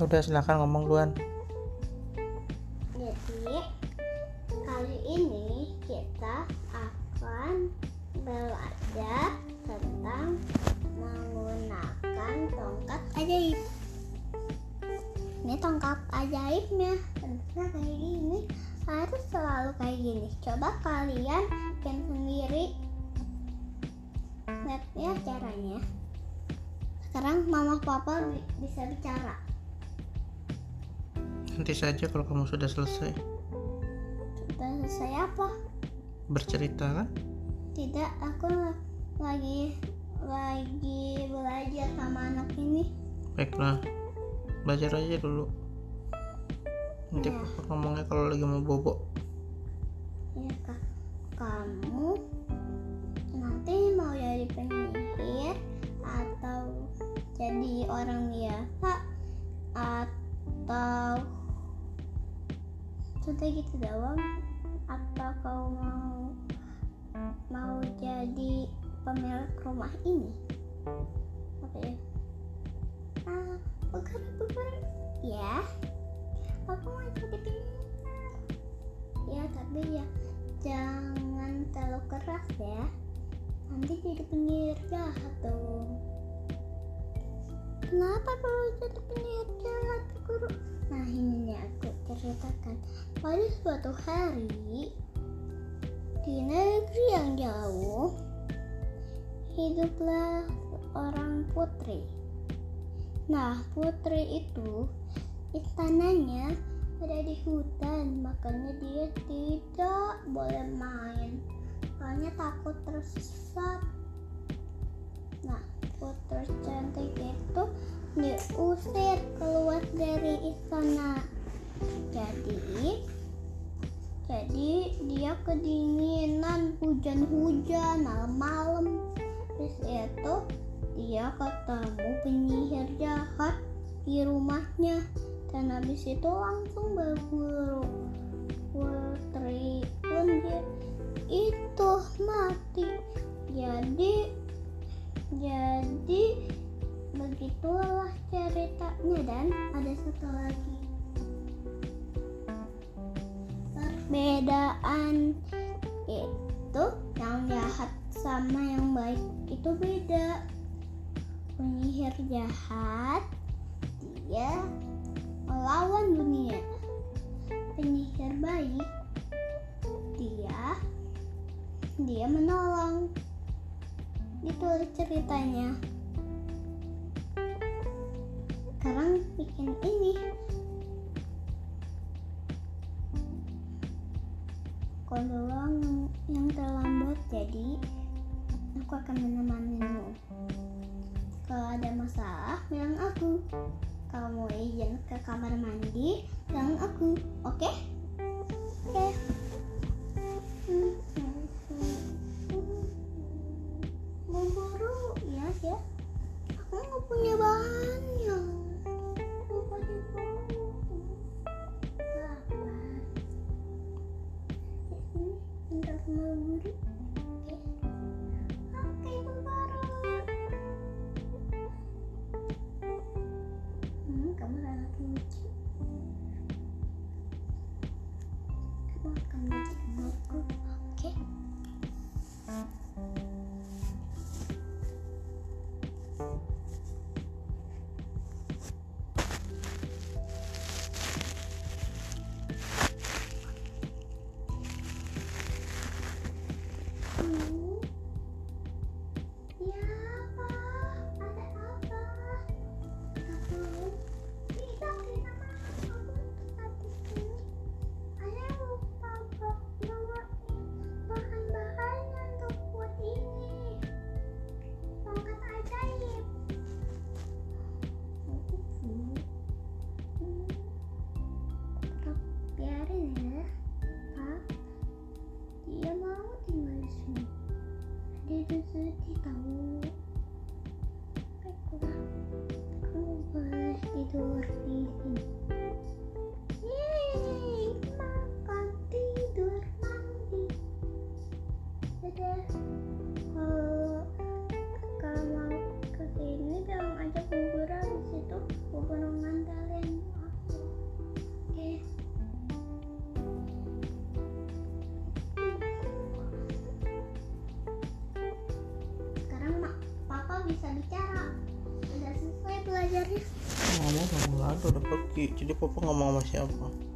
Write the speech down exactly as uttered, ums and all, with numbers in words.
Udah, silakan ngomong duluan. Jadi kali ini kita akan belajar tentang menggunakan tongkat ajaib. Ini tongkat ajaibnya bentuknya kayak gini, harus selalu kayak gini. Coba kalian bikin sendiri. Lihat ya caranya. Sekarang mama papa bi- bisa bicara. Nanti saja kalau kamu sudah selesai Sudah selesai apa? bercerita kan? Tidak, aku lagi lagi belajar sama anak ini. Baiklah, belajar aja dulu. Nanti Ya. papa ngomongnya kalau lagi mau bobo. Ya kak, kamu nanti mau jadi penyihir atau jadi orang biasa atau sudah gitu doang, atau kau mau mau jadi pemilik rumah ini? Apa ya? Ah, bergerak bergerak. Ya, aku mau jadi penyihir. Ya, tapi ya jangan terlalu keras ya. Nanti jadi penyihir jahat dong. Kenapa kalau jadi penyihir jahat, guru? Nah, ini nih aku ceritakan. Pada suatu hari di negeri yang jauh hiduplah seorang putri. Nah, putri itu istananya ada di hutan, makanya dia tidak boleh main, soalnya takut tersesat. Nah, putri cantik itu diusir keluar dari istana. Jadi, jadi dia kedinginan, hujan-hujan, malam-malam. Terus itu dia ketemu penyihir jahat di rumahnya. Dan habis itu langsung berburu. Putri pun dia itu mati. Jadi jadi begitulah ceritanya. Dan ada satu lagi perbedaan itu, yang jahat sama yang baik itu beda. Penyihir jahat dia melawan dunia. Penyihir baik dia dia menolong. Itu ceritanya. Sekarang bikin ini. Kau doang yang terlambat, jadi aku akan menemanimu. Kalau ada masalah, bilang aku. Kalau mau izin ke kamar mandi, bilang aku. Oke? Okay? Oke. Okay. Hmm, hmm, hmm, hmm. Mau buru? Ya, ya. Aku nggak punya bahannya. Mau baju buru. Apa? Ya, sini. Minta sama guru. Oke. Oke, pembaru. Hmm, kamu anak lucu. Kamu akan jadi temanku. Oke? Hmm. Ya, apa? Ada apa? Aku tidak tidak mau. Tetap di sini. Ayah lupa bawa bahan-bahannya untuk buat ini. Tongkat ajaib. Hmm. Tetap biarin ya, Pak. Dia mau tinggal di sini. Dia udah sedih tahu. Baiklah, kamu boleh tidur di sini. Yeay, makan, tidur, mandi. Dadah. Kalau kalau mau ke sini bilang aja kuburan di situ, kuburan kalian. belajarnya? Ngomong sama nggak ada, udah pergi. Jadi papa ngomong sama siapa?